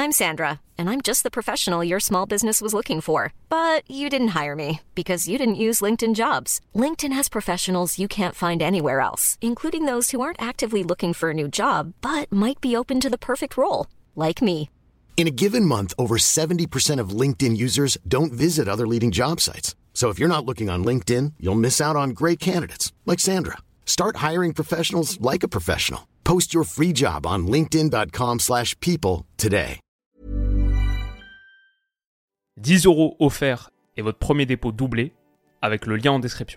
I'm Sandra, and I'm just the professional your small business was looking for. But you didn't hire me because you didn't use LinkedIn Jobs. LinkedIn has professionals you can't find anywhere else, including those who aren't actively looking for a new job, but might be open to the perfect role, like me. In a given month, over 70% of LinkedIn users don't visit other leading job sites. So if you're not looking on LinkedIn, you'll miss out on great candidates like Sandra. Start hiring professionals like a professional. Post your free job on linkedin.com/people today. 10 € offerts et votre premier dépôt doublé avec le lien en description.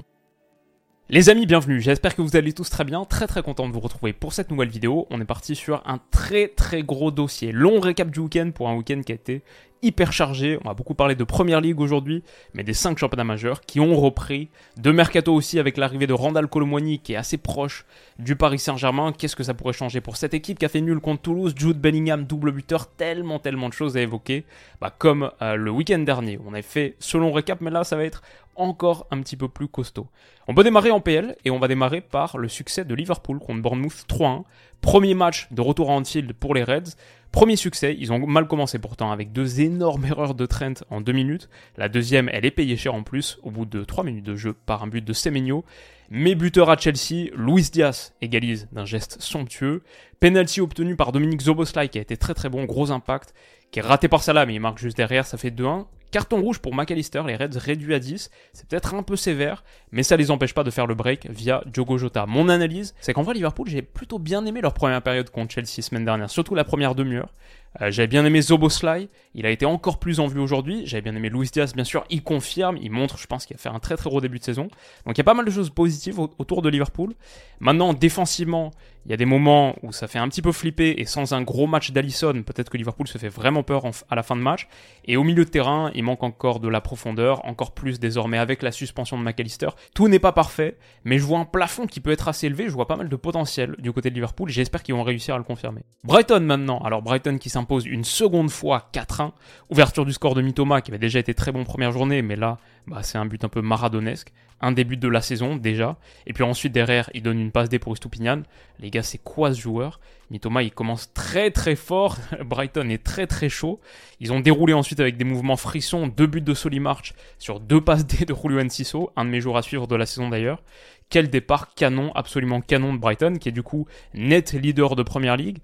Les amis, bienvenue, j'espère que vous allez tous très bien, très content de vous retrouver pour cette nouvelle vidéo. On est parti sur un très gros dossier, long récap du week-end pour un week-end qui a été hyper chargé. On va beaucoup parler de Premier League aujourd'hui, mais des 5 championnats majeurs qui ont repris, de Mercato aussi avec l'arrivée de Randal Kolo Muani qui est assez proche du Paris Saint-Germain. Qu'est-ce que ça pourrait changer pour cette équipe qui a fait nul contre Toulouse, Jude Bellingham, double buteur, tellement de choses à évoquer, comme le week-end dernier. On avait fait ce long récap, mais là ça va être encore un petit peu plus costaud. On peut démarrer en PL et on va démarrer par le succès de Liverpool contre Bournemouth 3-1. Premier match de retour à Anfield pour les Reds. Premier succès, ils ont mal commencé pourtant avec 2 énormes erreurs de Trent en 2 minutes. La deuxième, elle est payée cher en plus au bout de 3 minutes de jeu par un but de Semenyo. Mais buteur à Chelsea, Luis Diaz égalise d'un geste somptueux. Penalty obtenu par Dominic Szoboszlai qui a été très bon, gros impact, qui est raté par Salah mais il marque juste derrière, ça fait 2-1. Carton rouge pour McAllister, les Reds réduits à 10, c'est peut-être un peu sévère, mais ça les empêche pas de faire le break via Diogo Jota. Mon analyse, c'est qu'en vrai Liverpool, j'ai plutôt bien aimé leur première période contre Chelsea semaine dernière, surtout la première demi-heure. J'avais bien aimé Szoboszlai, il a été encore plus en vue aujourd'hui. J'avais bien aimé Luis Diaz, bien sûr, il confirme, il montre, je pense, qu'il va faire un très gros début de saison. Donc il y a pas mal de choses positives autour de Liverpool. Maintenant, défensivement, il y a des moments où ça fait un petit peu flipper et sans un gros match d'Alisson, peut-être que Liverpool se fait vraiment peur à la fin de match. Et au milieu de terrain, il manque encore de la profondeur, encore plus désormais avec la suspension de McAllister. Tout n'est pas parfait, mais je vois un plafond qui peut être assez élevé, je vois pas mal de potentiel du côté de Liverpool, j'espère qu'ils vont réussir à le confirmer. Brighton maintenant, alors Brighton qui s'impose une seconde fois 4-1, ouverture du score de Mitoma qui avait déjà été très bon première journée, mais là, c'est un but un peu maradonesque. Un début de la saison déjà, et puis ensuite derrière il donne une passe D pour Estupiñán. Les gars, c'est quoi ce joueur? Mitoma il commence très fort, Brighton est très chaud. Ils ont déroulé ensuite avec des mouvements frissons, 2 buts de Solimarch sur 2 passes D de Julio Enciso, un de mes joueurs à suivre de la saison d'ailleurs. Quel départ canon, absolument canon de Brighton, qui est du coup net leader de Premier League.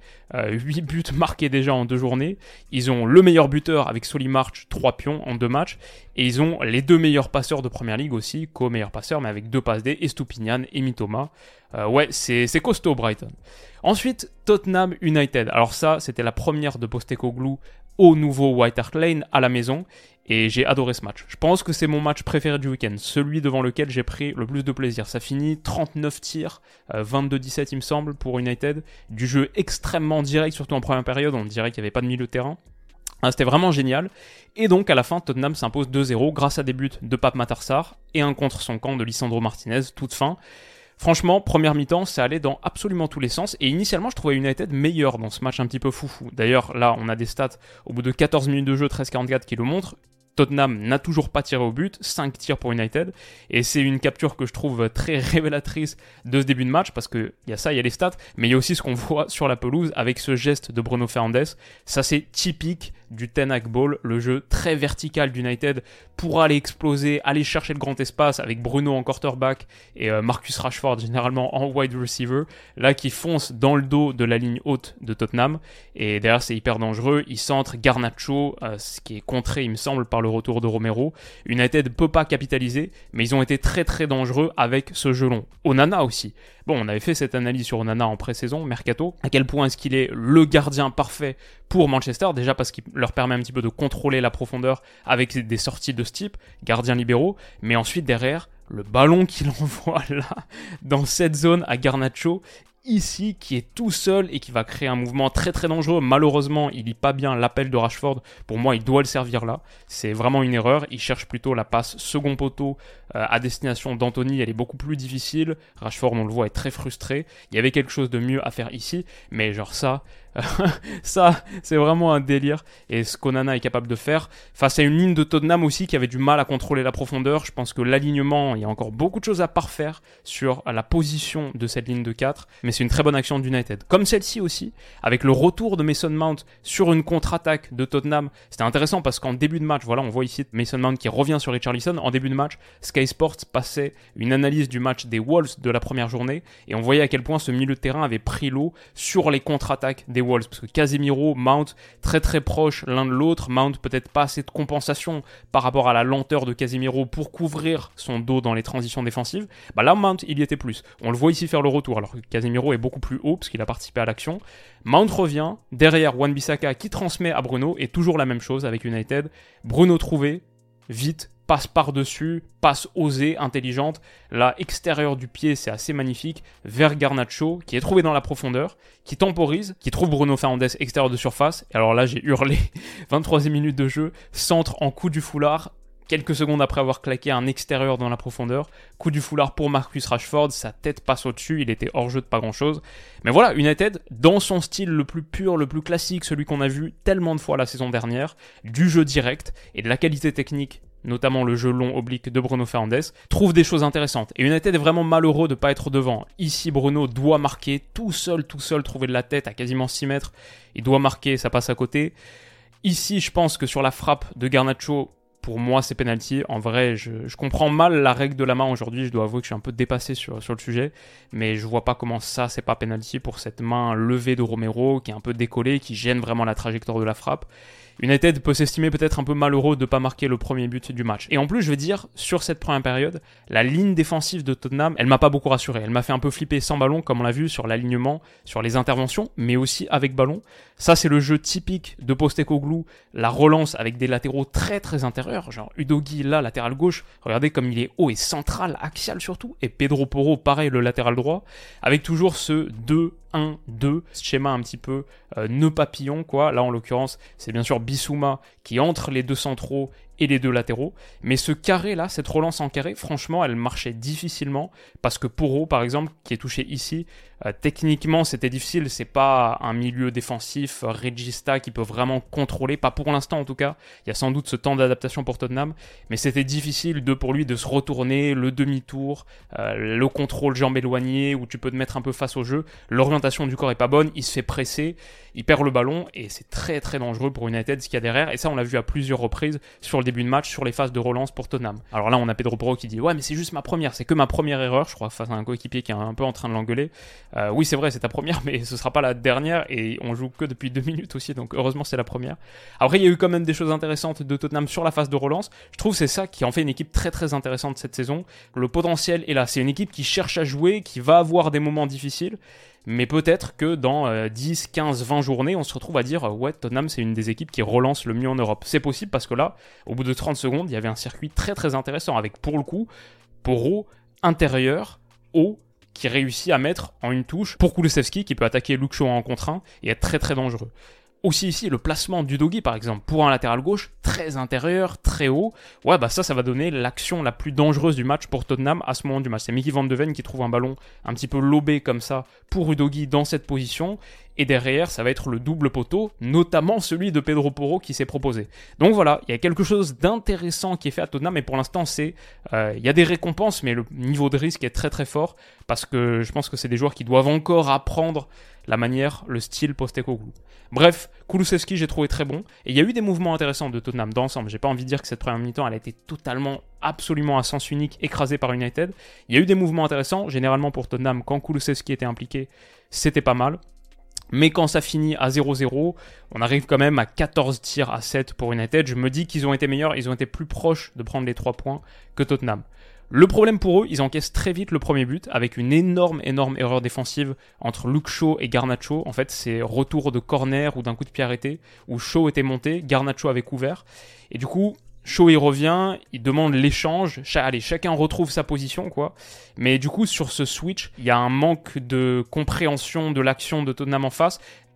8 buts marqués déjà en 2 journées. Ils ont le meilleur buteur avec Solimarch, 3 pions en 2 matchs. Et ils ont les 2 meilleurs passeurs de Premier League aussi, co-meilleurs passeurs, mais avec 2 passes D, Estupiñán et Mitoma. C'est costaud Brighton. Ensuite, Tottenham United. Alors ça, c'était la première de Postecoglou au nouveau White Hart Lane à la maison. Et j'ai adoré ce match. Je pense que c'est mon match préféré du week-end, celui devant lequel j'ai pris le plus de plaisir. Ça finit 39 tirs, 22-17 il me semble pour United. Du jeu extrêmement direct, surtout en première période, on dirait qu'il n'y avait pas de milieu de terrain. C'était vraiment génial. Et donc à la fin, Tottenham s'impose 2-0 grâce à des buts de Pape Matar Sarr et un contre son camp de Lisandro Martinez, toute fin. Franchement, première mi-temps, ça allait dans absolument tous les sens. Et initialement, je trouvais United meilleur dans ce match un petit peu foufou. D'ailleurs, là, on a des stats au bout de 14 minutes de jeu, 13-44 qui le montrent. Tottenham n'a toujours pas tiré au but, 5 tirs pour United, et c'est une capture que je trouve très révélatrice de ce début de match, parce qu'il y a ça, il y a les stats, mais il y a aussi ce qu'on voit sur la pelouse avec ce geste de Bruno Fernandes. Ça, c'est typique du Ten Hag Ball, le jeu très vertical d'United pour aller exploser, aller chercher le grand espace avec Bruno en quarterback et Marcus Rashford généralement en wide receiver, là qui fonce dans le dos de la ligne haute de Tottenham, et derrière c'est hyper dangereux, il centre Garnacho, ce qui est contré il me semble par le retour de Romero. United peut pas capitaliser, mais ils ont été très dangereux avec ce jeu long. Onana aussi. Bon, on avait fait cette analyse sur Onana en pré-saison, Mercato, à quel point est-ce qu'il est le gardien parfait pour Manchester, déjà parce qu'il leur permet un petit peu de contrôler la profondeur avec des sorties de ce type, gardiens libéraux, mais ensuite derrière, le ballon qu'il envoie là, dans cette zone à Garnacho, ici, qui est tout seul et qui va créer un mouvement très dangereux. Malheureusement, il lit pas bien l'appel de Rashford. Pour moi, il doit le servir là. C'est vraiment une erreur. Il cherche plutôt la passe second poteau à destination d'Anthony. Elle est beaucoup plus difficile. Rashford, on le voit, est très frustré. Il y avait quelque chose de mieux à faire ici. Mais genre ça, Ça, c'est vraiment un délire. Et ce qu'Onana est capable de faire face à une ligne de Tottenham aussi qui avait du mal à contrôler la profondeur. Je pense que l'alignement, il y a encore beaucoup de choses à parfaire sur la position de cette ligne de 4. Mais c'est une très bonne action d'United. Comme celle-ci aussi, avec le retour de Mason Mount sur une contre-attaque de Tottenham. C'était intéressant parce qu'en début de match, voilà, on voit ici Mason Mount qui revient sur Richarlison. En début de match, Sky Sports passait une analyse du match des Wolves de la première journée. Et on voyait à quel point ce milieu de terrain avait pris l'eau sur les contre-attaques des Wolves, parce que Casemiro, Mount, très très proches l'un de l'autre. Mount peut-être pas assez de compensation par rapport à la lenteur de Casemiro pour couvrir son dos dans les transitions défensives. Bah là, Mount, il y était plus. On le voit ici faire le retour, alors que Casemiro est beaucoup plus haut, parce qu'il a participé à l'action. Mount revient, derrière Wan-Bissaka qui transmet à Bruno, et toujours la même chose avec United. Bruno trouvé, vite, passe par-dessus, passe osée, intelligente. Là, extérieur du pied, c'est assez magnifique. Vers Garnacho, qui est trouvé dans la profondeur, qui temporise, qui trouve Bruno Fernandes extérieur de surface. Et alors là, j'ai hurlé. 23e minute de jeu, centre en coup du foulard. Quelques secondes après avoir claqué un extérieur dans la profondeur, coup du foulard pour Marcus Rashford, sa tête passe au-dessus, il était hors jeu de pas grand-chose. Mais voilà, United, dans son style le plus pur, le plus classique, celui qu'on a vu tellement de fois la saison dernière, du jeu direct et de la qualité technique, notamment le jeu long oblique de Bruno Fernandes, trouve des choses intéressantes. Et United est vraiment malheureux de ne pas être devant. Ici, Bruno doit marquer, tout seul, trouver de la tête à quasiment 6 mètres. Il doit marquer, ça passe à côté. Ici, je pense que sur la frappe de Garnacho, pour moi, c'est penalty. En vrai, je comprends mal la règle de la main aujourd'hui. Je dois avouer que je suis un peu dépassé sur le sujet. Mais je vois pas comment ça, c'est pas penalty pour cette main levée de Romero, qui est un peu décollée, qui gêne vraiment la trajectoire de la frappe. United peut s'estimer peut-être un peu malheureux de ne pas marquer le premier but du match. Et en plus, je vais dire, sur cette première période, la ligne défensive de Tottenham, elle m'a pas beaucoup rassuré. Elle m'a fait un peu flipper sans ballon, comme on l'a vu sur l'alignement, sur les interventions, mais aussi avec ballon. Ça, c'est le jeu typique de Postecoglou, la relance avec des latéraux très très intérieurs, genre Udogie là, latéral gauche, regardez comme il est haut et central, axial surtout, et Pedro Porro, pareil, le latéral droit, avec toujours ce 2-1-2, ce schéma un petit peu nœud papillon, quoi. Là, en l'occurrence, c'est bien sûr Bissouma qui entre les deux centraux et les deux latéraux. Mais ce carré-là, cette relance en carré, franchement, elle marchait difficilement parce que Porro, par exemple, qui est touché ici, techniquement, c'était difficile. C'est pas un milieu défensif, Regista, qui peut vraiment contrôler, pas pour l'instant en tout cas. Il y a sans doute ce temps d'adaptation pour Tottenham, mais c'était difficile pour lui de se retourner, le demi-tour, le contrôle jambe éloignée, où tu peux te mettre un peu face au jeu. L'orientation du corps est pas bonne, il se fait presser, il perd le ballon, et c'est très très dangereux pour United ce qu'il y a derrière. Et ça, on l'a vu à plusieurs reprises sur le début de match, sur les phases de relance pour Tottenham. Alors là, on a Pedro Porro qui dit « Ouais, mais c'est juste ma première, c'est que ma première erreur », je crois, face à un coéquipier qui est un peu en train de l'engueuler. Oui, c'est vrai, c'est ta première, mais ce sera pas la dernière, et on joue que depuis 2 minutes aussi, donc heureusement c'est la première. Après, il y a eu quand même des choses intéressantes de Tottenham sur la phase de relance. Je trouve que c'est ça qui en fait une équipe très très intéressante cette saison. Le potentiel est là, c'est une équipe qui cherche à jouer, qui va avoir des moments difficiles, mais peut-être que dans 10, 15, 20 journées, on se retrouve à dire « Ouais, Tottenham, c'est une des équipes qui relance le mieux en Europe ». C'est possible parce que là, au bout de 30 secondes, il y avait un circuit très très intéressant avec, pour le coup, Porro, intérieur, haut, qui réussit à mettre en une touche pour Kulusevski, qui peut attaquer Luke Shaw en contre 1 et être très très dangereux. Aussi ici, le placement d'Udogie, par exemple, pour un latéral gauche, très intérieur, très haut. Ouais, bah ça va donner l'action la plus dangereuse du match pour Tottenham à ce moment du match. C'est Mickey Van de Ven qui trouve un ballon un petit peu lobé comme ça pour Udogie dans cette position. Et derrière, ça va être le double poteau, notamment celui de Pedro Porro qui s'est proposé. Donc voilà, il y a quelque chose d'intéressant qui est fait à Tottenham, mais pour l'instant, il y a des récompenses, mais le niveau de risque est très très fort, parce que je pense que c'est des joueurs qui doivent encore apprendre la manière, le style Postecoglou. Bref, Kulusevski, j'ai trouvé très bon, et il y a eu des mouvements intéressants de Tottenham d'ensemble. J'ai pas envie de dire que cette première mi-temps, elle a été totalement, absolument à sens unique, écrasée par United. Il y a eu des mouvements intéressants, généralement pour Tottenham, quand Kulusevski était impliqué, c'était pas mal. Mais quand ça finit à 0-0, on arrive quand même à 14 tirs à 7 pour United. Je me dis qu'ils ont été meilleurs, ils ont été plus proches de prendre les 3 points que Tottenham. Le problème pour eux, ils encaissent très vite le premier but avec une énorme erreur défensive entre Luke Shaw et Garnacho. En fait, c'est retour de corner ou d'un coup de pied arrêté où Shaw était monté, Garnacho avait couvert. Et du coup, Shaw il revient, il demande l'échange, allez, chacun retrouve sa position quoi. Mais du coup sur ce switch, il y a un manque de compréhension de l'action de Tottenham en face.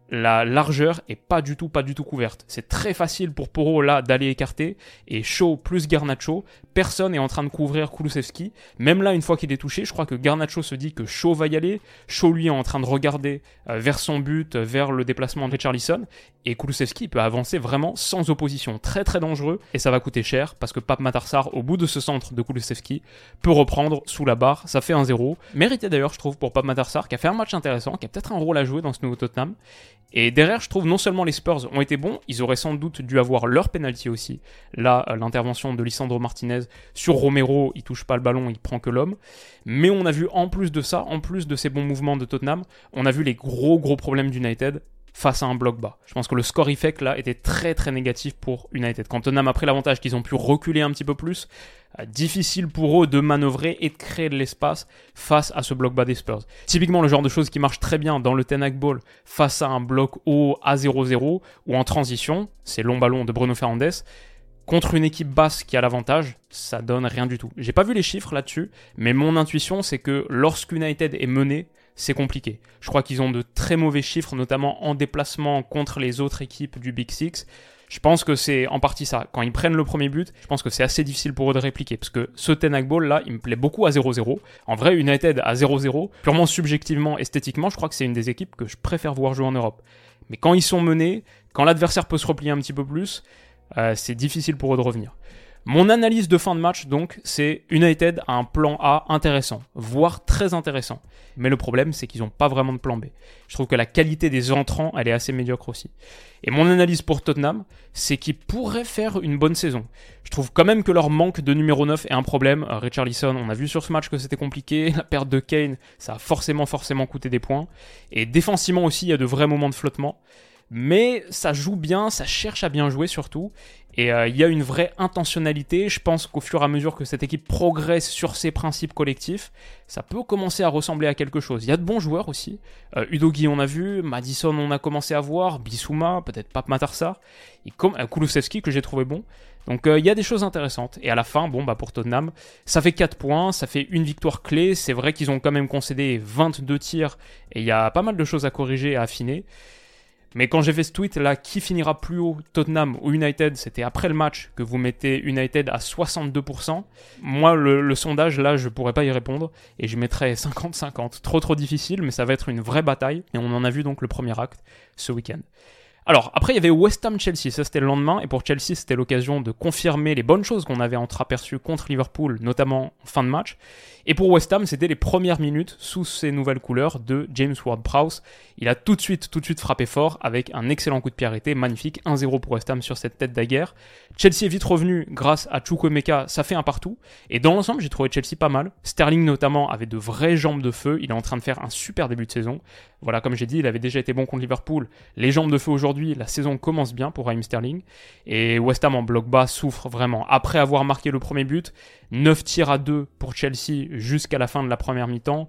la largeur est pas du tout couverte. C'est très facile pour Porro là d'aller écarter, et Shaw plus Garnacho, personne est en train de couvrir Kulusevski. Même là, une fois qu'il est touché, je crois que Garnacho se dit que Shaw va y aller, Shaw lui est en train de regarder vers son but, vers le déplacement de Richarlison, et Kulusevski peut avancer vraiment sans opposition. Très très dangereux, et ça va coûter cher, parce que Pape Matar Sarr, au bout de ce centre de Kulusevski, peut reprendre sous la barre, ça fait 1-0. Mérité d'ailleurs, je trouve, pour Pape Matar Sarr, qui a fait un match intéressant, qui a peut-être un rôle à jouer dans ce nouveau Tottenham. Et derrière, je trouve non seulement les Spurs ont été bons, ils auraient sans doute dû avoir leur penalty aussi. Là, l'intervention de Lisandro Martinez sur Romero, il touche pas le ballon, il prend que l'homme. Mais on a vu en plus de ça, en plus de ces bons mouvements de Tottenham, on a vu les gros problèmes d'United face à un bloc bas. Je pense que le score effect là était très très négatif pour United. Quand Tottenham a pris l'avantage qu'ils ont pu reculer un petit peu plus, difficile pour eux de manœuvrer et de créer de l'espace face à ce bloc bas des Spurs. Typiquement le genre de choses qui marche très bien dans le Ten Hag Ball face à un bloc haut à 0-0 ou en transition, c'est long ballon de Bruno Fernandes. Contre une équipe basse qui a l'avantage, ça donne rien du tout. J'ai pas vu les chiffres là-dessus, mais mon intuition c'est que lorsqu'United est mené, c'est compliqué. Je crois qu'ils ont de très mauvais chiffres, notamment en déplacement contre les autres équipes du Big Six. Je pense que c'est en partie ça. Quand ils prennent le premier but, je pense que c'est assez difficile pour eux de répliquer. Parce que ce Ten Hag Ball là, il me plaît beaucoup à 0-0. En vrai, United à 0-0, purement subjectivement, esthétiquement, je crois que c'est une des équipes que je préfère voir jouer en Europe. Mais quand ils sont menés, quand l'adversaire peut se replier un petit peu plus, c'est difficile pour eux de revenir. Mon analyse de fin de match, donc, c'est United a un plan A intéressant, voire très intéressant. Mais le problème, c'est qu'ils n'ont pas vraiment de plan B. Je trouve que la qualité des entrants, elle est assez médiocre aussi. Et mon analyse pour Tottenham, c'est qu'ils pourraient faire une bonne saison. Je trouve quand même que leur manque de numéro 9 est un problème. Richarlison, on a vu sur ce match que c'était compliqué. La perte de Kane, ça a forcément coûté des points. Et défensivement aussi, il y a de vrais moments de flottement. Mais ça joue bien, ça cherche à bien jouer surtout, et il y a une vraie intentionnalité. Je pense qu'au fur et à mesure que cette équipe progresse sur ses principes collectifs, ça peut commencer à ressembler à quelque chose. Il y a de bons joueurs aussi, Udogie on a vu, Maddison on a commencé à voir, Bissouma, peut-être Pape Matar Sarr, et Kulusevski que j'ai trouvé bon. Donc il y a des choses intéressantes, et à la fin, pour Tottenham, ça fait 4 points, ça fait une victoire clé. C'est vrai qu'ils ont quand même concédé 22 tirs, et il y a pas mal de choses à corriger et à affiner. Mais quand j'ai fait ce tweet là, qui finira plus haut, Tottenham ou United, c'était après le match que vous mettez United à 62%. Moi, le sondage là, je pourrais pas y répondre et je mettrais 50-50. Trop difficile, mais ça va être une vraie bataille et on en a vu donc le premier acte ce week-end. Alors, après, il y avait West Ham-Chelsea, ça c'était le lendemain, et pour Chelsea, c'était l'occasion de confirmer les bonnes choses qu'on avait entreaperçues contre Liverpool, notamment en fin de match. Et pour West Ham, c'était les premières minutes sous ces nouvelles couleurs de James Ward-Prowse. Il a tout de suite frappé fort avec un excellent coup de pied arrêté, magnifique, 1-0 pour West Ham sur cette tête d'Aguerre. Chelsea est vite revenu grâce à Chukwuemeka, ça fait un partout. Et dans l'ensemble, j'ai trouvé Chelsea pas mal. Sterling notamment avait de vraies jambes de feu, il est en train de faire un super début de saison. Voilà, comme j'ai dit, il avait déjà été bon contre Liverpool. Les jambes de feu aujourd'hui, la saison commence bien pour Raheem Sterling. Et West Ham en bloc bas souffre vraiment. Après avoir marqué le premier but, 9 tirs à 2 pour Chelsea jusqu'à la fin de la première mi-temps,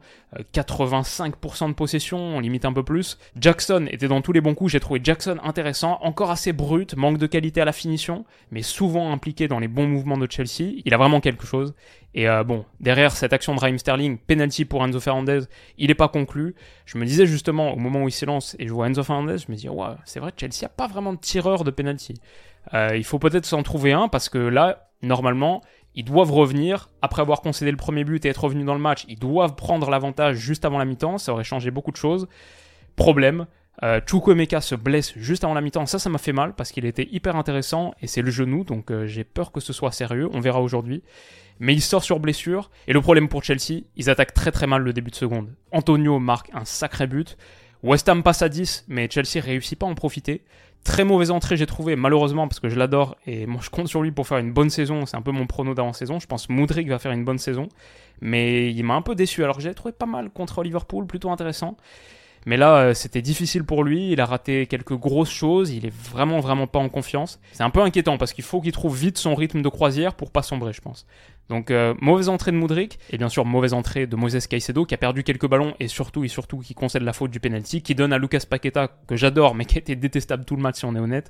85% de possession, on limite un peu plus. Jackson était dans tous les bons coups, j'ai trouvé Jackson intéressant, encore assez brut, manque de qualité à la finition, mais souvent impliqué dans les bons mouvements de Chelsea. Il a vraiment quelque chose. Et derrière cette action de Raheem Sterling, penalty pour Enzo Fernandez, il n'est pas conclu. Je me disais justement, au moment où il s'élance et je vois Enzo Fernandez, je me dis, ouais, c'est vrai, Chelsea n'a pas vraiment de tireur de penalty. Il faut peut-être s'en trouver un, parce que là, normalement, ils doivent revenir, après avoir concédé le premier but et être revenus dans le match, ils doivent prendre l'avantage juste avant la mi-temps, ça aurait changé beaucoup de choses. Problème, Chukwuemeka se blesse juste avant la mi-temps, ça m'a fait mal, parce qu'il était hyper intéressant, et c'est le genou, donc j'ai peur que ce soit sérieux, on verra aujourd'hui. Mais il sort sur blessure, et le problème pour Chelsea, ils attaquent très mal le début de seconde. Antonio marque un sacré but, West Ham passe à 10, mais Chelsea réussit pas à en profiter. Très mauvaise entrée j'ai trouvé, malheureusement, parce que je l'adore et moi je compte sur lui pour faire une bonne saison, c'est un peu mon prono d'avant-saison, je pense Mudryk va faire une bonne saison, mais il m'a un peu déçu, alors que j'avais trouvé pas mal contre Liverpool, plutôt intéressant. Mais là, c'était difficile pour lui, il a raté quelques grosses choses, il est vraiment pas en confiance. C'est un peu inquiétant parce qu'il faut qu'il trouve vite son rythme de croisière pour pas sombrer, je pense. Donc, mauvaise entrée de Mudryk, et bien sûr, mauvaise entrée de Moises Caicedo qui a perdu quelques ballons et surtout qui concède la faute du penalty, qui donne à Lucas Paqueta, que j'adore mais qui a été détestable tout le match si on est honnête,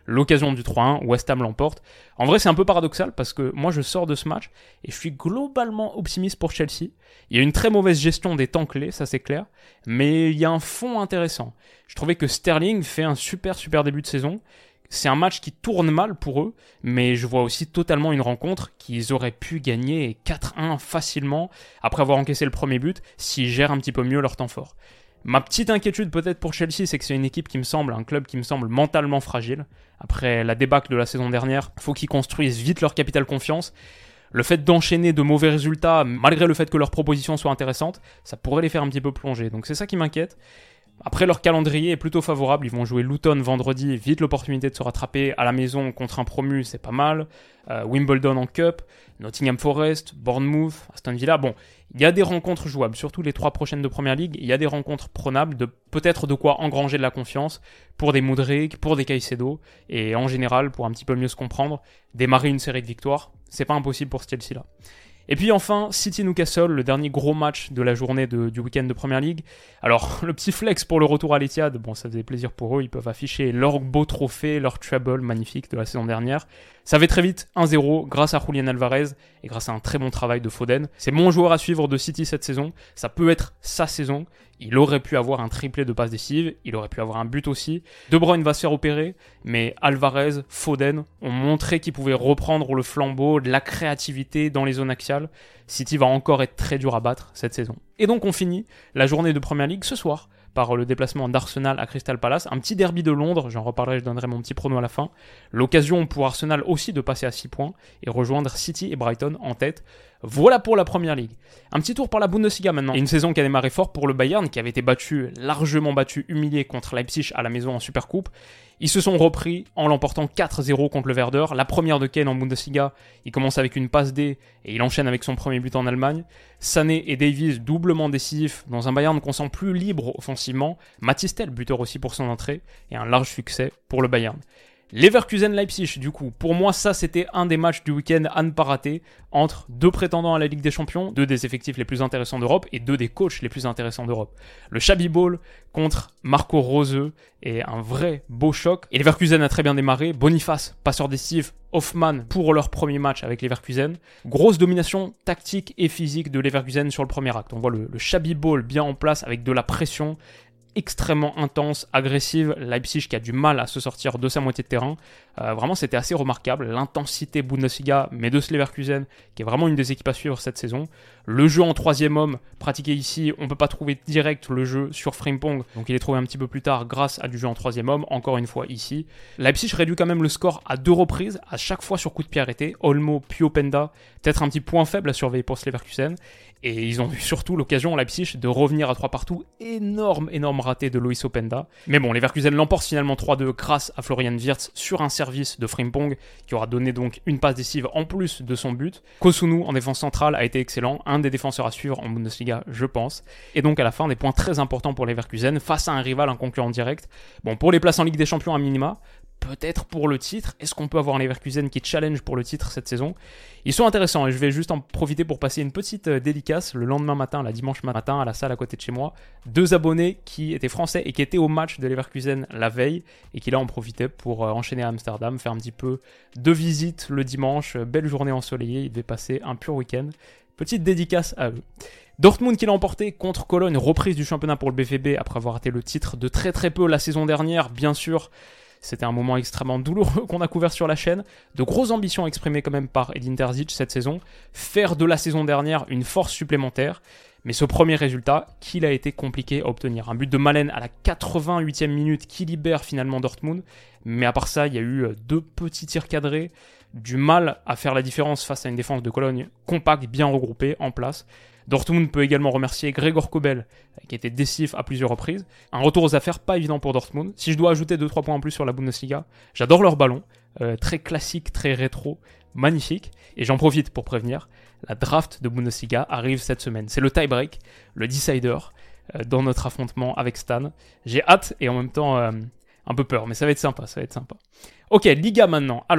l'occasion du 3-1, West Ham l'emporte. En vrai, c'est un peu paradoxal parce que moi, je sors de ce match et je suis globalement optimiste pour Chelsea. Il y a une très mauvaise gestion des temps clés, ça c'est clair, mais il y a un fond intéressant. Je trouvais que Sterling fait un super début de saison. C'est un match qui tourne mal pour eux, mais je vois aussi totalement une rencontre qu'ils auraient pu gagner 4-1 facilement après avoir encaissé le premier but s'ils gèrent un petit peu mieux leur temps fort. Ma petite inquiétude peut-être pour Chelsea, c'est que c'est une équipe un club qui me semble mentalement fragile. Après la débâcle de la saison dernière, il faut qu'ils construisent vite leur capital confiance. Le fait d'enchaîner de mauvais résultats, malgré le fait que leurs propositions soient intéressantes, ça pourrait les faire un petit peu plonger. Donc c'est ça qui m'inquiète. Après, leur calendrier est plutôt favorable. Ils vont jouer Luton vendredi, vite l'opportunité de se rattraper à la maison contre un promu, c'est pas mal. Wimbledon en Cup, Nottingham Forest, Bournemouth, Aston Villa. Bon, il y a des rencontres jouables, surtout les 3 prochaines de Premier League. Il y a des rencontres prenables, peut-être de quoi engranger de la confiance pour des Mudryk, pour des Caicedo, et en général, pour un petit peu mieux se comprendre, démarrer une série de victoires. C'est pas impossible pour ce Chelsea-là. Et puis enfin, City-Newcastle, le dernier gros match de la journée du week-end de Premier League. Alors, le petit flex pour le retour à l'Etihad, bon, ça faisait plaisir pour eux, ils peuvent afficher leur beau trophée, leur treble magnifique de la saison dernière. Ça va très vite, 1-0, grâce à Julian Alvarez et grâce à un très bon travail de Foden. C'est mon joueur à suivre de City cette saison, ça peut être sa saison. Il aurait pu avoir un triplé de passes décisives, il aurait pu avoir un but aussi. De Bruyne va se faire opérer, mais Alvarez, Foden ont montré qu'ils pouvaient reprendre le flambeau de la créativité dans les zones axiales. City va encore être très dur à battre cette saison. Et donc on finit la journée de Premier League ce soir par le déplacement d'Arsenal à Crystal Palace, un petit derby de Londres, j'en reparlerai, je donnerai mon petit prono à la fin. L'occasion pour Arsenal aussi de passer à 6 points et rejoindre City et Brighton en tête. Voilà pour la Premier League. Un petit tour par la Bundesliga maintenant. Et une saison qui a démarré fort pour le Bayern, qui avait été largement battu, humilié contre Leipzig à la maison en Supercoupe. Ils se sont repris en l'emportant 4-0 contre le Werder. La première de Kane en Bundesliga. Il commence avec une passe D et il enchaîne avec son premier but en Allemagne. Sané et Davies doublement décisifs dans un Bayern qu'on sent plus libre offensivement. Mathys Tel, buteur aussi pour son entrée. Et un large succès pour le Bayern. Leverkusen-Leipzig, du coup, pour moi, ça c'était un des matchs du week-end à ne pas rater entre 2 prétendants à la Ligue des Champions, 2 des effectifs les plus intéressants d'Europe et 2 des coachs les plus intéressants d'Europe. Le Xabi Ball contre Marco Rose est un vrai beau choc. Et Leverkusen a très bien démarré. Boniface, passeur décisif, Hoffmann pour leur premier match avec Leverkusen. Grosse domination tactique et physique de Leverkusen sur le premier acte. On voit le Xabi Ball bien en place avec de la pression extrêmement intense, agressive. Leipzig qui a du mal à se sortir de sa moitié de terrain. Vraiment, c'était assez remarquable. L'intensité Bundesliga, mais de ce Leverkusen, qui est vraiment une des équipes à suivre cette saison. Le jeu en 3e homme, pratiqué ici, on ne peut pas trouver direct le jeu sur Frimpong, donc il est trouvé un petit peu plus tard grâce à du jeu en 3e homme, encore une fois ici. Leipzig réduit quand même le score à 2 reprises, à chaque fois sur coup de pied arrêté. Olmo, puis Openda, peut-être un petit point faible à surveiller pour ce Leverkusen. Et ils ont eu surtout l'occasion, Leipzig, de revenir à 3 partout. Énorme raté de Loïs Openda. Mais bon, Leverkusen l'emporte finalement 3-2 grâce à Florian Wirtz sur un service de Frimpong qui aura donné donc une passe décisive en plus de son but. Kosunu en défense centrale a été excellent, un des défenseurs à suivre en Bundesliga, je pense. Et donc à la fin, des points très importants pour Leverkusen face à un rival, un concurrent direct. Bon, pour les places en Ligue des Champions à minima, peut-être pour le titre. Est-ce qu'on peut avoir un Leverkusen qui challenge pour le titre cette saison ? Ils sont intéressants et je vais juste en profiter pour passer une petite dédicace le lendemain matin, dimanche matin, à la salle à côté de chez moi. 2 abonnés qui étaient français et qui étaient au match de Leverkusen la veille et qui là en profitaient pour enchaîner à Amsterdam, faire un petit peu de visite le dimanche. Belle journée ensoleillée, ils devaient passer un pur week-end. Petite dédicace à eux. Dortmund qui l'a emporté contre Cologne, reprise du championnat pour le BVB après avoir raté le titre de très peu la saison dernière, bien sûr. C'était un moment extrêmement douloureux qu'on a couvert sur la chaîne. De grosses ambitions exprimées quand même par Edin Terzic cette saison. Faire de la saison dernière une force supplémentaire. Mais ce premier résultat, qu'il a été compliqué à obtenir. Un but de Malen à la 88e minute qui libère finalement Dortmund. Mais à part ça, il y a eu 2 petits tirs cadrés. Du mal à faire la différence face à une défense de Cologne compacte, bien regroupée, en place. Dortmund peut également remercier Gregor Kobel, qui était décisif à plusieurs reprises. Un retour aux affaires pas évident pour Dortmund. Si je dois ajouter 2-3 points en plus sur la Bundesliga, j'adore leur ballon. Très classique, très rétro, magnifique. Et j'en profite pour prévenir, la draft de Bundesliga arrive cette semaine. C'est le tie-break, le decider, dans notre affrontement avec Stan. J'ai hâte et en même temps un peu peur, mais ça va être sympa, Ok, Liga maintenant. Alors,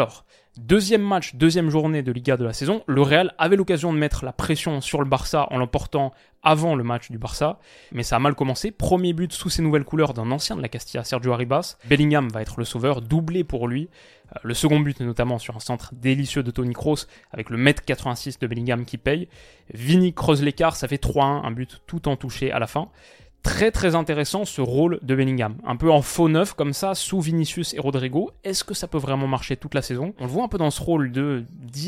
Deuxième match, deuxième journée de Liga de la saison, le Real avait l'occasion de mettre la pression sur le Barça en l'emportant avant le match du Barça, mais ça a mal commencé. Premier but sous ses nouvelles couleurs d'un ancien de la Castilla, Sergio Arribas. Bellingham va être le sauveur, doublé pour lui. Le second but notamment sur un centre délicieux de Toni Kroos avec le 1m86 de Bellingham qui paye. Vini creuse l'écart, ça fait 3-1, un but tout en touché à la fin. Très très intéressant ce rôle de Bellingham, un peu en faux neuf comme ça, sous Vinicius et Rodrigo. Est-ce que ça peut vraiment marcher toute la saison ? On le voit un peu dans ce rôle de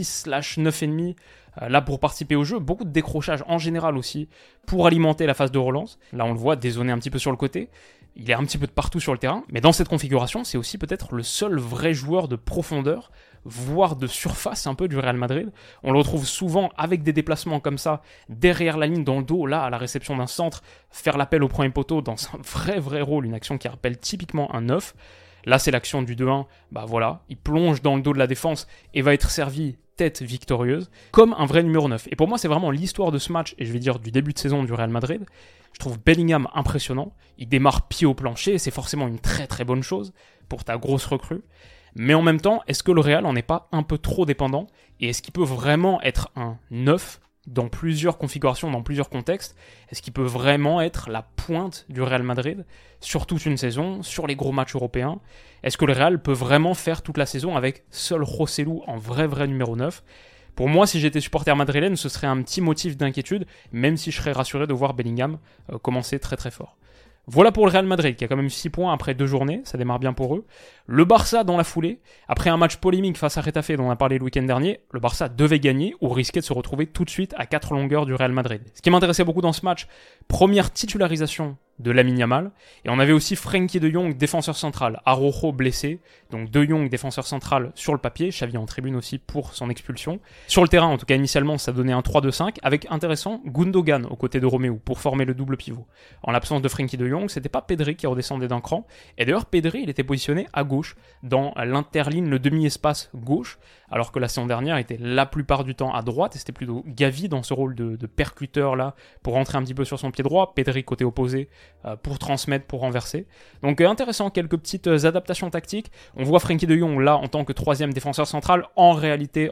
10/9,5, là pour participer au jeu, beaucoup de décrochage en général aussi, pour alimenter la phase de relance. Là on le voit dézoner un petit peu sur le côté, il est un petit peu de partout sur le terrain, mais dans cette configuration, c'est aussi peut-être le seul vrai joueur de profondeur, voire de surface un peu du Real Madrid. On le retrouve souvent avec des déplacements comme ça, derrière la ligne, dans le dos, là, à la réception d'un centre, faire l'appel au premier poteau dans un vrai rôle, une action qui rappelle typiquement un 9. Là, c'est l'action du 2-1, bah voilà, il plonge dans le dos de la défense et va être servi tête victorieuse, comme un vrai numéro 9. Et pour moi, c'est vraiment l'histoire de ce match, et je vais dire du début de saison du Real Madrid. Je trouve Bellingham impressionnant, il démarre pied au plancher, c'est forcément une très bonne chose pour ta grosse recrue. Mais en même temps, est-ce que le Real en est pas un peu trop dépendant ? Et est-ce qu'il peut vraiment être un 9 dans plusieurs configurations, dans plusieurs contextes ? Est-ce qu'il peut vraiment être la pointe du Real Madrid sur toute une saison, sur les gros matchs européens ? Est-ce que le Real peut vraiment faire toute la saison avec seul Joselu en vrai numéro 9 ? Pour moi, si j'étais supporter madrilène, ce serait un petit motif d'inquiétude, même si je serais rassuré de voir Bellingham commencer très fort. Voilà pour le Real Madrid, qui a quand même 6 points après 2 journées, ça démarre bien pour eux. Le Barça dans la foulée, après un match polémique face à Getafe dont on a parlé le week-end dernier, le Barça devait gagner ou risquait de se retrouver tout de suite à 4 longueurs du Real Madrid. Ce qui m'intéressait beaucoup dans ce match, première titularisation de Lamine Yamal, et on avait aussi Frenkie de Jong, défenseur central, Araujo blessé, donc de Jong, défenseur central sur le papier, Xavi en tribune aussi pour son expulsion. Sur le terrain, en tout cas initialement, ça donnait un 3-2-5, avec intéressant Gundogan aux côtés de Romeu pour former le double pivot. En l'absence de Frenkie de Jong, c'était pas Pedri qui redescendait d'un cran, et d'ailleurs Pedri il était positionné à gauche, dans l'interligne, le demi-espace gauche, alors que la saison dernière était la plupart du temps à droite, et c'était plutôt Gavi dans ce rôle de percuteur là, pour rentrer un petit peu sur son pied droit, Pedri côté opposé, pour transmettre, pour renverser. Donc intéressant, quelques petites adaptations tactiques. On voit Frenkie de Jong là en tant que troisième défenseur central. En réalité,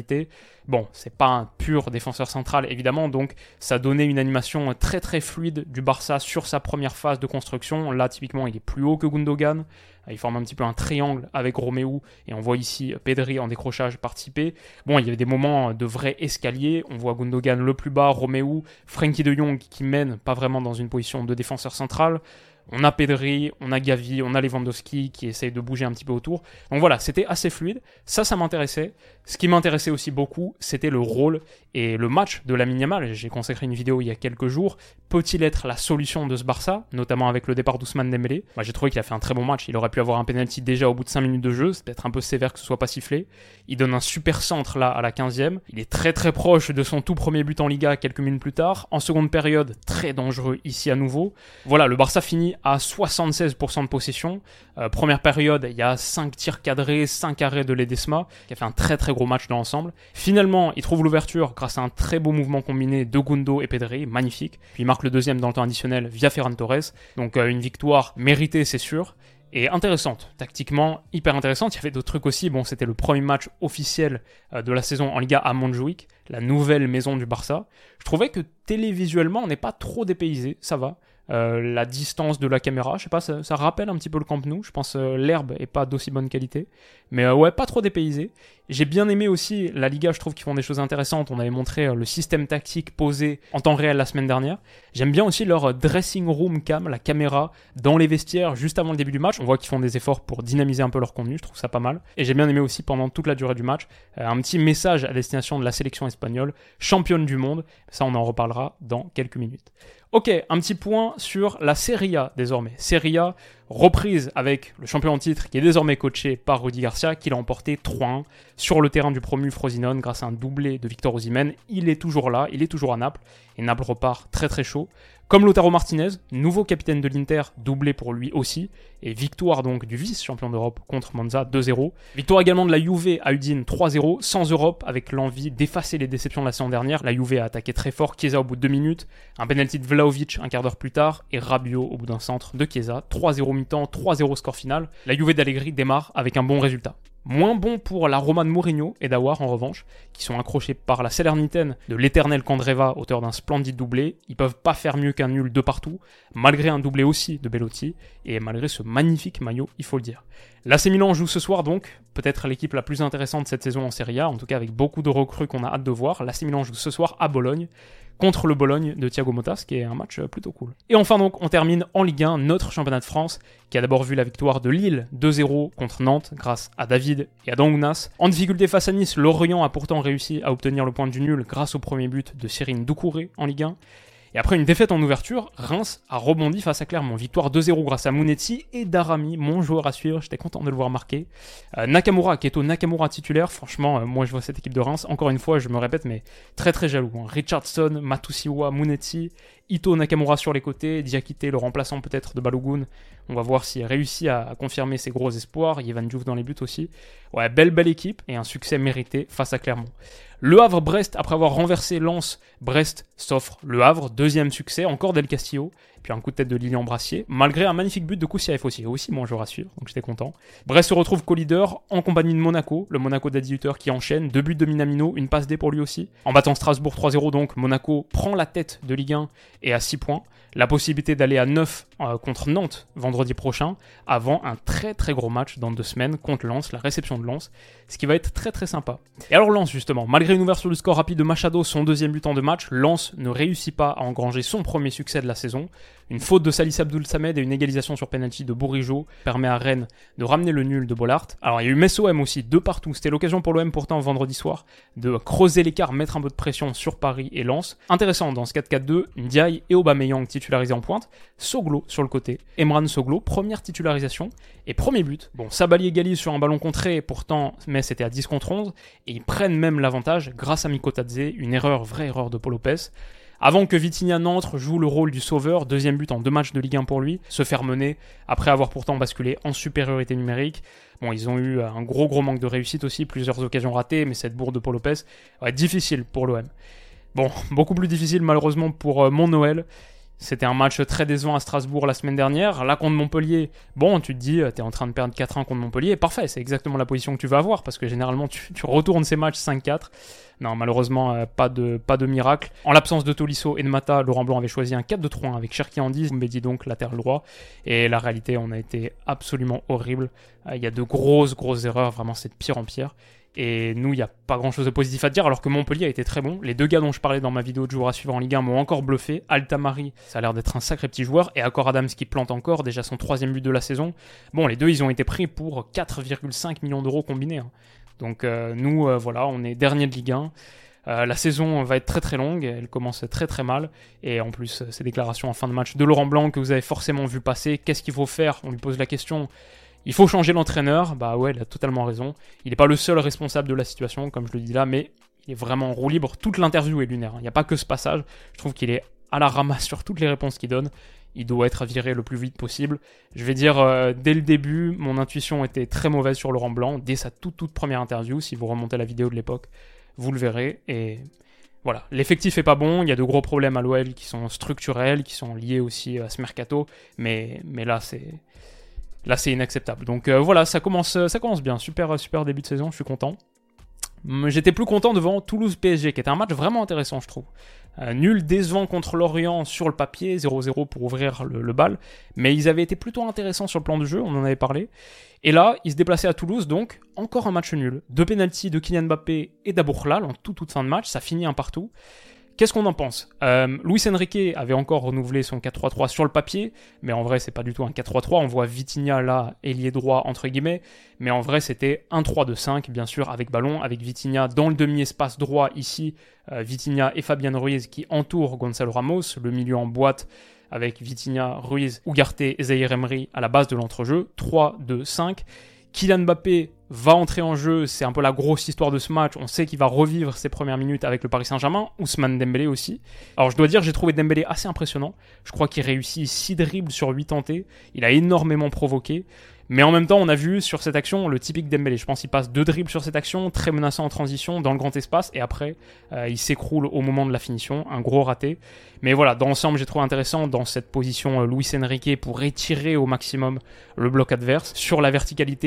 bon, c'est pas un pur défenseur central évidemment, donc ça donnait une animation très fluide du Barça sur sa première phase de construction. Là typiquement il est plus haut que Gundogan. Il forme un petit peu un triangle avec Romeu et on voit ici Pedri en décrochage participer. Bon, il y avait des moments de vrai escalier. On voit Gundogan le plus bas, Romeu, Frenkie de Jong qui mène pas vraiment dans une position de défenseur central. On a Pedri, on a Gavi, on a Lewandowski qui essaye de bouger un petit peu autour. Donc voilà, c'était assez fluide. Ça m'intéressait. Ce qui m'intéressait aussi beaucoup, c'était le rôle et le match de Lamine Yamal. J'ai consacré une vidéo il y a quelques jours. Peut-il être la solution de ce Barça, notamment avec le départ d'Ousmane Dembélé ? Moi, j'ai trouvé qu'il a fait un très bon match. Il aurait pu avoir un penalty déjà au bout de 5 minutes de jeu. C'est peut-être un peu sévère que ce soit pas sifflé. Il donne un super centre là à la 15e. Il est très proche de son tout premier but en Liga quelques minutes plus tard. En seconde période, très dangereux ici à nouveau. Voilà, le Barça finit à 76% de possession. Première période, il y a 5 tirs cadrés, 5 arrêts de Ledesma, qui a fait un très gros match dans l'ensemble. Finalement, il trouve l'ouverture grâce à un très beau mouvement combiné de Gundo et Pedri, magnifique. Puis il marque le deuxième dans le temps additionnel via Ferran Torres. Donc une victoire méritée, c'est sûr. Et intéressante, tactiquement hyper intéressante. Il y avait d'autres trucs aussi. Bon, c'était le premier match officiel de la saison en Liga à Montjuïc, la nouvelle maison du Barça. Je trouvais que télévisuellement, on n'est pas trop dépaysé, ça va. La distance de la caméra, je sais pas, ça rappelle un petit peu le Camp Nou. Je pense l'herbe est pas d'aussi bonne qualité, mais ouais, pas trop dépaysé. J'ai bien aimé aussi la Liga, je trouve qu'ils font des choses intéressantes. On avait montré le système tactique posé en temps réel la semaine dernière. J'aime bien aussi leur dressing room cam, la caméra dans les vestiaires juste avant le début du match. On voit qu'ils font des efforts pour dynamiser un peu leur contenu, je trouve ça pas mal. Et j'ai bien aimé aussi pendant toute la durée du match un petit message à destination de la sélection espagnole, championne du monde. Ça, on en reparlera dans quelques minutes. Ok, un petit point sur la Serie A désormais. Serie A reprise avec le champion en titre qui est désormais coaché par Rudy Garcia, qui l'a emporté 3-1 sur le terrain du promu Frosinone grâce à un doublé de Victor Osimhen. Il est toujours là, il est toujours à Naples, et Naples repart très chaud. Comme Lautaro Martinez, nouveau capitaine de l'Inter, doublé pour lui aussi, et victoire donc du vice-champion d'Europe contre Monza 2-0. Victoire également de la Juve à Udine 3-0, sans Europe, avec l'envie d'effacer les déceptions de la saison dernière. La Juve a attaqué très fort, Chiesa au bout de 2 minutes, un penalty de Vlahovic un quart d'heure plus tard, et Rabiot au bout d'un centre de Chiesa. 3-0 mi-temps, 3-0 score final. La Juve d'Allegri démarre avec un bon résultat. Moins bon pour la Roma de Mourinho et d'Aouar en revanche, qui sont accrochés par la Salernitaine de l'éternel Candreva, auteur d'un splendide doublé. Ils peuvent pas faire mieux qu'un nul de partout, malgré un doublé aussi de Belotti, et malgré ce magnifique maillot, il faut le dire. L'AC Milan joue ce soir donc, peut-être l'équipe la plus intéressante cette saison en Serie A, en tout cas avec beaucoup de recrues qu'on a hâte de voir. L'AC Milan joue ce soir à Bologne, contre le Bologne de Thiago Motta, ce qui est un match plutôt cool. Et enfin donc, on termine en Ligue 1, notre championnat de France, qui a d'abord vu la victoire de Lille 2-0 contre Nantes, grâce à David et à Dangounas. En difficulté face à Nice, Lorient a pourtant réussi à obtenir le point du nul grâce au premier but de Serine Doucouré en Ligue 1. Et après une défaite en ouverture, Reims a rebondi face à Clermont. Victoire 2-0 grâce à Mounetti et Darami, mon joueur à suivre. J'étais content de le voir marquer. Nakamura, Keto Nakamura titulaire. Franchement, moi je vois cette équipe de Reims. Encore une fois, je me répète, mais très très jaloux. Richardson, Matusiwa, Mounetti, Ito Nakamura sur les côtés, Diakité, le remplaçant peut-être de Balogun. On va voir s'il réussit à confirmer ses gros espoirs. Yvan Diouf dans les buts aussi. Ouais, belle équipe et un succès mérité face à Clermont. Le Havre-Brest, après avoir renversé Lens, Brest s'offre le Havre, deuxième succès, encore Del Castillo, puis un coup de tête de Lilian Brassier, malgré un magnifique but de Koussiaev aussi mon joueur à suivre, donc j'étais content. Brest se retrouve co-leader en compagnie de Monaco, le Monaco d'Adi Hutter qui enchaîne, 2 buts de Minamino, une passe D pour lui aussi. En battant Strasbourg 3-0 donc, Monaco prend la tête de Ligue 1 et à 6 points. La possibilité d'aller à 9 contre Nantes vendredi prochain, avant un très très gros match dans 2 semaines contre Lens, la réception de Lens, ce qui va être très très sympa. Et alors Lens justement, malgré une ouverture du score rapide de Machado, son deuxième but en 2 matchs, Lens ne réussit pas à engranger son premier succès de la saison. Une faute de Salis Abdoul Samed et une égalisation sur penalty de Bourigeaud permet à Rennes de ramener le nul de Bollaert. Alors il y a eu Metz-OM aussi, 2 partout, c'était l'occasion pour l'OM pourtant vendredi soir de creuser l'écart, mettre un peu de pression sur Paris et Lens. Intéressant dans ce 4-4-2, Ndiaye et Aubameyang titularisés en pointe, Soglo sur le côté, Emran Soglo, première titularisation et premier but. Bon, Sabali égalise sur un ballon contré, pourtant Metz était à 10 contre 11 et ils prennent même l'avantage grâce à Mikotadze, une vraie erreur de Paul Lopez. Avant que Vitinha n'entre, joue le rôle du sauveur, deuxième but en 2 matchs de Ligue 1 pour lui, se faire mener après avoir pourtant basculé en supériorité numérique. Bon, ils ont eu un gros manque de réussite aussi, plusieurs occasions ratées, mais cette bourde de Paul Lopez, ouais, difficile pour l'OM. Bon, beaucoup plus difficile malheureusement pour mon Noël. C'était un match très décevant à Strasbourg la semaine dernière. Là, contre Montpellier, bon, tu te dis, t'es en train de perdre 4-1 contre Montpellier. Parfait, c'est exactement la position que tu vas avoir, parce que généralement, tu retournes ces matchs 5-4. Non, malheureusement, pas de miracle. En l'absence de Tolisso et de Mata, Laurent Blanc avait choisi un 4-2-3-1 avec Cherki Andy, Mbedi donc latéral droit. Et la réalité, on a été absolument horrible. Il y a de grosses erreurs, vraiment, c'est de pire en pire. Et nous, il n'y a pas grand-chose de positif à dire, alors que Montpellier a été très bon. Les 2 gars dont je parlais dans ma vidéo de joueurs à suivre en Ligue 1 m'ont encore bluffé. Altamari, ça a l'air d'être un sacré petit joueur, et Accor Adams qui plante encore, déjà son 3e but de la saison. Bon, les deux, ils ont été pris pour 4,5 millions d'euros combinés. Hein. Donc nous, voilà, on est dernier de Ligue 1. La saison va être très très longue, elle commence très très mal, et en plus ces déclarations en fin de match de Laurent Blanc que vous avez forcément vu passer, qu'est-ce qu'il faut faire? On lui pose la question. Il faut changer l'entraîneur, bah ouais, il a totalement raison. Il n'est pas le seul responsable de la situation, comme je le dis là, mais il est vraiment en roue libre. Toute l'interview est lunaire, il n'y a pas que ce passage. Je trouve qu'il est à la ramasse sur toutes les réponses qu'il donne. Il doit être viré le plus vite possible. Je vais dire, dès le début, mon intuition était très mauvaise sur Laurent Blanc, dès sa toute première interview. Si vous remontez la vidéo de l'époque, vous le verrez, et voilà, l'effectif est pas bon, il y a de gros problèmes à l'OL qui sont structurels, qui sont liés aussi à ce mercato, mais là c'est inacceptable. Donc voilà, ça commence bien, super début de saison, je suis content. J'étais plus content devant Toulouse-PSG, qui était un match vraiment intéressant, je trouve. Nul décevant contre Lorient sur le papier, 0-0 pour ouvrir le bal, mais ils avaient été plutôt intéressants sur le plan de jeu, on en avait parlé. Et là, ils se déplaçaient à Toulouse, donc encore un match nul. 2 pénaltys de Kylian Mbappé et d'Aboukhlal en toute fin de match, ça finit un partout. Qu'est-ce qu'on en pense? Luis Enrique avait encore renouvelé son 4-3-3 sur le papier, mais en vrai c'est pas du tout un 4-3-3, on voit Vitinha là, ailier droit entre guillemets, mais en vrai c'était un 3-2-5 bien sûr avec ballon, avec Vitinha dans le demi-espace droit ici, Vitinha et Fabian Ruiz qui entourent Gonzalo Ramos, le milieu en boîte avec Vitinha, Ruiz, Ugarte et Zaïre Emery à la base de l'entrejeu, 3-2-5. Kylian Mbappé va entrer en jeu, c'est un peu la grosse histoire de ce match, on sait qu'il va revivre ses premières minutes avec le Paris Saint-Germain, Ousmane Dembélé aussi. Alors je dois dire, j'ai trouvé Dembélé assez impressionnant, je crois qu'il réussit 6 dribbles sur 8 tentés, il a énormément provoqué, mais en même temps on a vu sur cette action le typique Dembélé, je pense qu'il passe 2 dribbles sur cette action, très menaçant en transition, dans le grand espace, et après il s'écroule au moment de la finition, un gros raté. Mais voilà, dans l'ensemble j'ai trouvé intéressant dans cette position Luis Enrique pour étirer au maximum le bloc adverse. Sur la verticalité,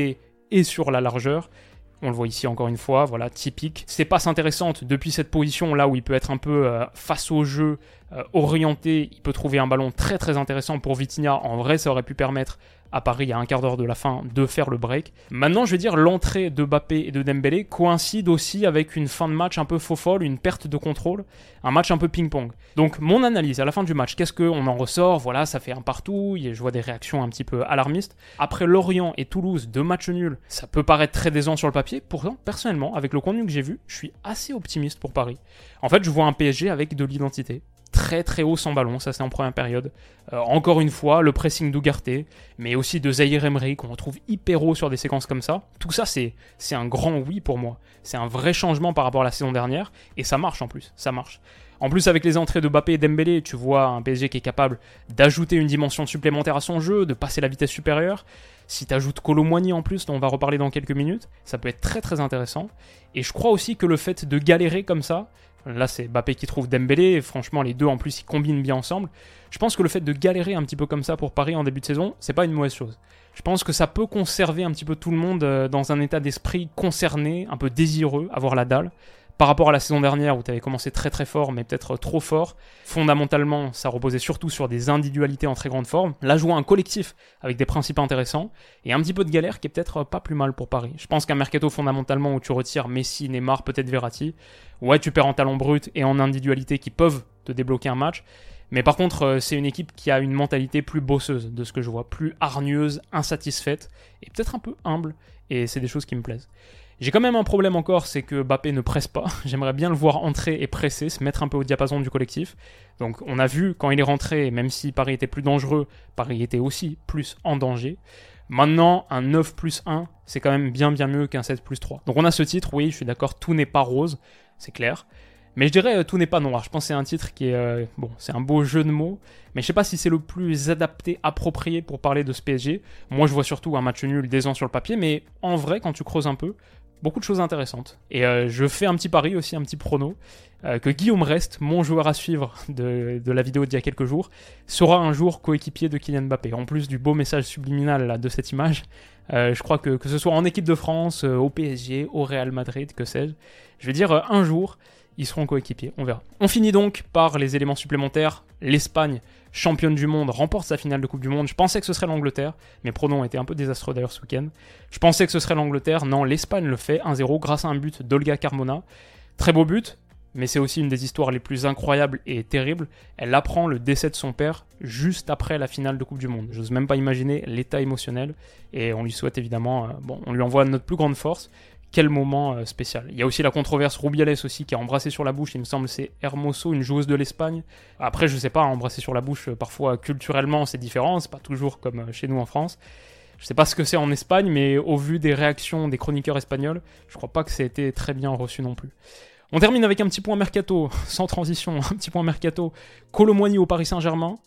et sur la largeur. On le voit ici encore une fois, voilà, typique. Ses passes intéressantes depuis cette position, là où il peut être un peu face au jeu, orienté, il peut trouver un ballon très très intéressant pour Vitinha. En vrai, ça aurait pu permettre à Paris, à un quart d'heure de la fin, de faire le break. Maintenant, je vais dire, l'entrée de Mbappé et de Dembélé coïncide aussi avec une fin de match un peu faux-folle, une perte de contrôle, un match un peu ping-pong. Donc, mon analyse à la fin du match, qu'est-ce qu'on en ressort? Voilà, ça fait un partout, je vois des réactions un petit peu alarmistes. Après Lorient et Toulouse, 2 matchs nuls, ça peut paraître très décevant sur le papier. Pourtant, personnellement, avec le contenu que j'ai vu, je suis assez optimiste pour Paris. En fait, je vois un PSG avec de l'identité. Très très haut sans ballon, ça c'est en première période. Encore une fois, le pressing d'Ugarte, mais aussi de Zahir Emery, qu'on retrouve hyper haut sur des séquences comme ça. Tout ça, c'est un grand oui pour moi. C'est un vrai changement par rapport à la saison dernière, et ça marche en plus, ça marche. En plus, avec les entrées de Mbappé et Dembélé, tu vois un PSG qui est capable d'ajouter une dimension supplémentaire à son jeu, de passer la vitesse supérieure. Si tu ajoutes Kolo Muani en plus, dont on va reparler dans quelques minutes, ça peut être très très intéressant. Et je crois aussi que le fait de galérer comme ça, là c'est Mbappé qui trouve Dembélé, et franchement les deux en plus ils combinent bien ensemble. Je pense que le fait de galérer un petit peu comme ça pour Paris en début de saison, c'est pas une mauvaise chose. Je pense que ça peut conserver un petit peu tout le monde dans un état d'esprit concerné, un peu désireux, avoir la dalle. Par rapport à la saison dernière où tu avais commencé très très fort mais peut-être trop fort, fondamentalement ça reposait surtout sur des individualités en très grande forme. Là jouer un collectif avec des principes intéressants et un petit peu de galère qui est peut-être pas plus mal pour Paris. Je pense qu'un mercato fondamentalement où tu retires Messi, Neymar, peut-être Verratti, ouais tu perds en talent brut et en individualité qui peuvent te débloquer un match. Mais par contre, c'est une équipe qui a une mentalité plus bosseuse de ce que je vois, plus hargneuse, insatisfaite et peut-être un peu humble. Et c'est des choses qui me plaisent. J'ai quand même un problème encore, c'est que Mbappé ne presse pas. J'aimerais bien le voir entrer et presser, se mettre un peu au diapason du collectif. Donc on a vu quand il est rentré, même si Paris était plus dangereux, Paris était aussi plus en danger. Maintenant, un 9+1, c'est quand même bien mieux qu'un 7+3. Donc on a ce titre, oui, je suis d'accord, tout n'est pas rose, c'est clair. Mais je dirais tout n'est pas noir. Je pense que c'est un titre qui est... c'est un beau jeu de mots, mais je sais pas si c'est le plus adapté, approprié pour parler de ce PSG. Moi, je vois surtout un match nul décevant sur le papier, mais en vrai, quand tu creuses un peu, beaucoup de choses intéressantes. Et je fais un petit pari aussi, un petit prono, que Guillaume Rest, mon joueur à suivre de la vidéo d'il y a quelques jours, sera un jour coéquipier de Kylian Mbappé. En plus du beau message subliminal là, de cette image, je crois que ce soit en équipe de France, au PSG, au Real Madrid, que sais-je, je vais dire un jour, ils seront coéquipiers, on verra. On finit donc par les éléments supplémentaires. L'Espagne, championne du monde, remporte sa finale de Coupe du Monde. Je pensais que ce serait l'Angleterre. Mes pronoms étaient un peu désastreux d'ailleurs ce week-end. Je pensais que ce serait l'Angleterre. Non, l'Espagne le fait 1-0 grâce à un but d'Olga Carmona. Très beau but, mais c'est aussi une des histoires les plus incroyables et terribles. Elle apprend le décès de son père juste après la finale de Coupe du Monde. J'ose même pas imaginer l'état émotionnel. Et on lui souhaite évidemment... on lui envoie notre plus grande force. Quel moment spécial. Il y a aussi la controverse Rubiales aussi qui a embrassé sur la bouche, il me semble c'est Hermoso, une joueuse de l'Espagne. Après je sais pas, embrasser sur la bouche parfois culturellement c'est différent, c'est pas toujours comme chez nous en France. Je sais pas ce que c'est en Espagne, mais au vu des réactions des chroniqueurs espagnols, je crois pas que ça a été très bien reçu non plus. On termine avec un petit point mercato, sans transition, un petit point mercato. Kolo Muani au Paris Saint-Germain,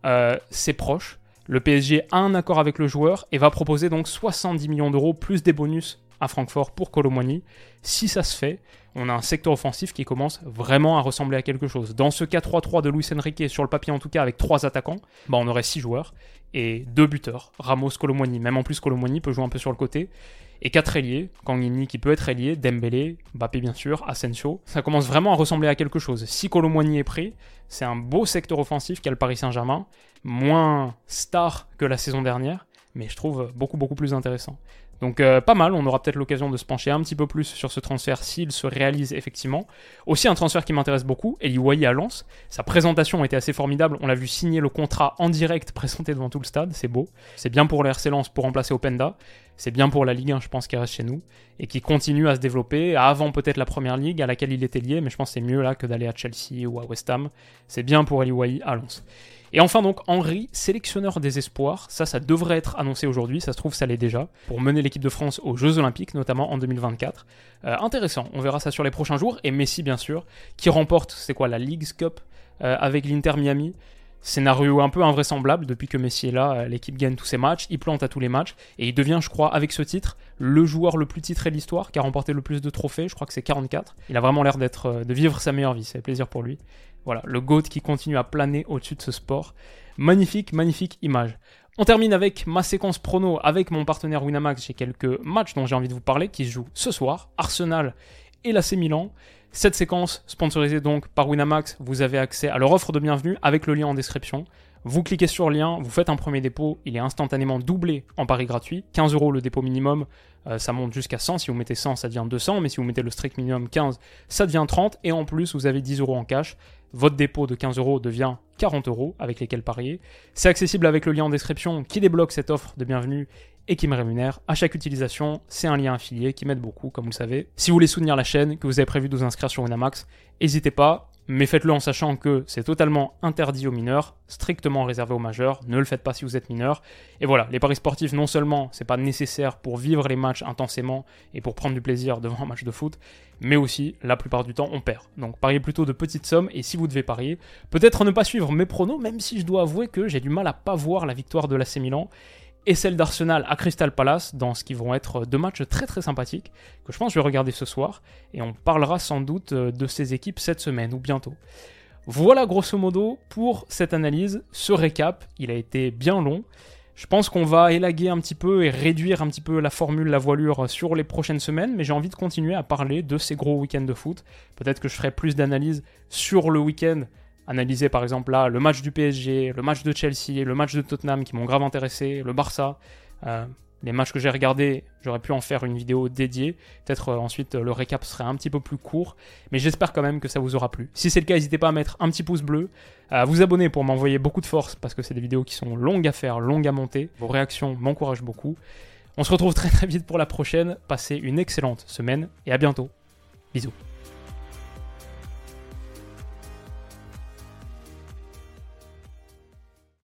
c'est proche. Le PSG a un accord avec le joueur et va proposer donc 70 millions d'euros plus des bonus à Francfort pour Kolo Muani. Si ça se fait, on a un secteur offensif qui commence vraiment à ressembler à quelque chose. Dans ce 4-3-3 de Luis Enrique, sur le papier en tout cas, avec 3 attaquants, on aurait 6 joueurs et 2 buteurs. Ramos, Kolo Muani, même en plus Kolo Muani peut jouer un peu sur le côté. Et 4 ailiers, Kangini qui peut être ailier, Dembélé, Mbappé bien sûr, Asensio. Ça commence vraiment à ressembler à quelque chose. Si Kolo Muani est pris, c'est un beau secteur offensif qu'a le Paris Saint-Germain, moins star que la saison dernière, mais je trouve beaucoup plus intéressant. Donc pas mal, on aura peut-être l'occasion de se pencher un petit peu plus sur ce transfert s'il se réalise effectivement. Aussi un transfert qui m'intéresse beaucoup, Eli Wahi à Lens. Sa présentation était assez formidable, on l'a vu signer le contrat en direct présenté devant tout le stade, c'est beau. C'est bien pour le RC Lens pour remplacer Openda, c'est bien pour la Ligue 1 je pense qui reste chez nous, et qui continue à se développer, avant peut-être la Première Ligue à laquelle il était lié, mais je pense que c'est mieux là que d'aller à Chelsea ou à West Ham. C'est bien pour Eli Wahi à Lens. Et enfin donc Henry, sélectionneur des espoirs, ça devrait être annoncé aujourd'hui, ça se trouve ça l'est déjà, pour mener l'équipe de France aux Jeux Olympiques, notamment en 2024. Intéressant, on verra ça sur les prochains jours, et Messi bien sûr, qui remporte, la Leagues Cup avec l'Inter Miami. Scénario un peu invraisemblable, depuis que Messi est là, l'équipe gagne tous ses matchs, il plante à tous les matchs, et il devient, je crois, avec ce titre, le joueur le plus titré de l'histoire, qui a remporté le plus de trophées, je crois que c'est 44. Il a vraiment l'air de vivre sa meilleure vie, c'est plaisir pour lui. Voilà, le GOAT qui continue à planer au-dessus de ce sport. Magnifique, magnifique image. On termine avec ma séquence prono avec mon partenaire Winamax. J'ai quelques matchs dont j'ai envie de vous parler qui se jouent ce soir. Arsenal et l'AC Milan. Cette séquence, sponsorisée donc par Winamax, vous avez accès à leur offre de bienvenue avec le lien en description. Vous cliquez sur le lien, vous faites un premier dépôt, il est instantanément doublé en pari gratuit. 15 € le dépôt minimum, ça monte jusqu'à 100. Si vous mettez 100, ça devient 200. Mais si vous mettez le strict minimum 15, ça devient 30. Et en plus, vous avez 10 € en cash. Votre dépôt de 15 € devient 40 € avec lesquels parier. C'est accessible avec le lien en description qui débloque cette offre de bienvenue et qui me rémunère à chaque utilisation. C'est un lien affilié qui m'aide beaucoup, comme vous le savez. Si vous voulez soutenir la chaîne, que vous avez prévu de vous inscrire sur Winamax, n'hésitez pas. Mais faites-le en sachant que c'est totalement interdit aux mineurs, strictement réservé aux majeurs, ne le faites pas si vous êtes mineur. Et voilà, les paris sportifs, non seulement c'est pas nécessaire pour vivre les matchs intensément et pour prendre du plaisir devant un match de foot, mais aussi, la plupart du temps, on perd. Donc pariez plutôt de petites sommes, et si vous devez parier, peut-être ne pas suivre mes pronos, même si je dois avouer que j'ai du mal à pas voir la victoire de l'AC Milan et celle d'Arsenal à Crystal Palace, dans ce qui vont être deux matchs très très sympathiques, que je pense que je vais regarder ce soir, et on parlera sans doute de ces équipes cette semaine, ou bientôt. Voilà grosso modo pour cette analyse, ce récap, il a été bien long. Je pense qu'on va élaguer un petit peu et réduire un petit peu la formule, la voilure sur les prochaines semaines, mais j'ai envie de continuer à parler de ces gros week-ends de foot. Peut-être que je ferai plus d'analyses sur le week-end, analyser par exemple là le match du PSG, le match de Chelsea, le match de Tottenham qui m'ont grave intéressé, le Barça, les matchs que j'ai regardés, j'aurais pu en faire une vidéo dédiée. Peut-être ensuite le récap serait un petit peu plus court, mais j'espère quand même que ça vous aura plu. Si c'est le cas, n'hésitez pas à mettre un petit pouce bleu, à vous abonner pour m'envoyer beaucoup de force parce que c'est des vidéos qui sont longues à faire, longues à monter. Vos réactions m'encouragent beaucoup. On se retrouve très très vite pour la prochaine. Passez une excellente semaine et à bientôt. Bisous.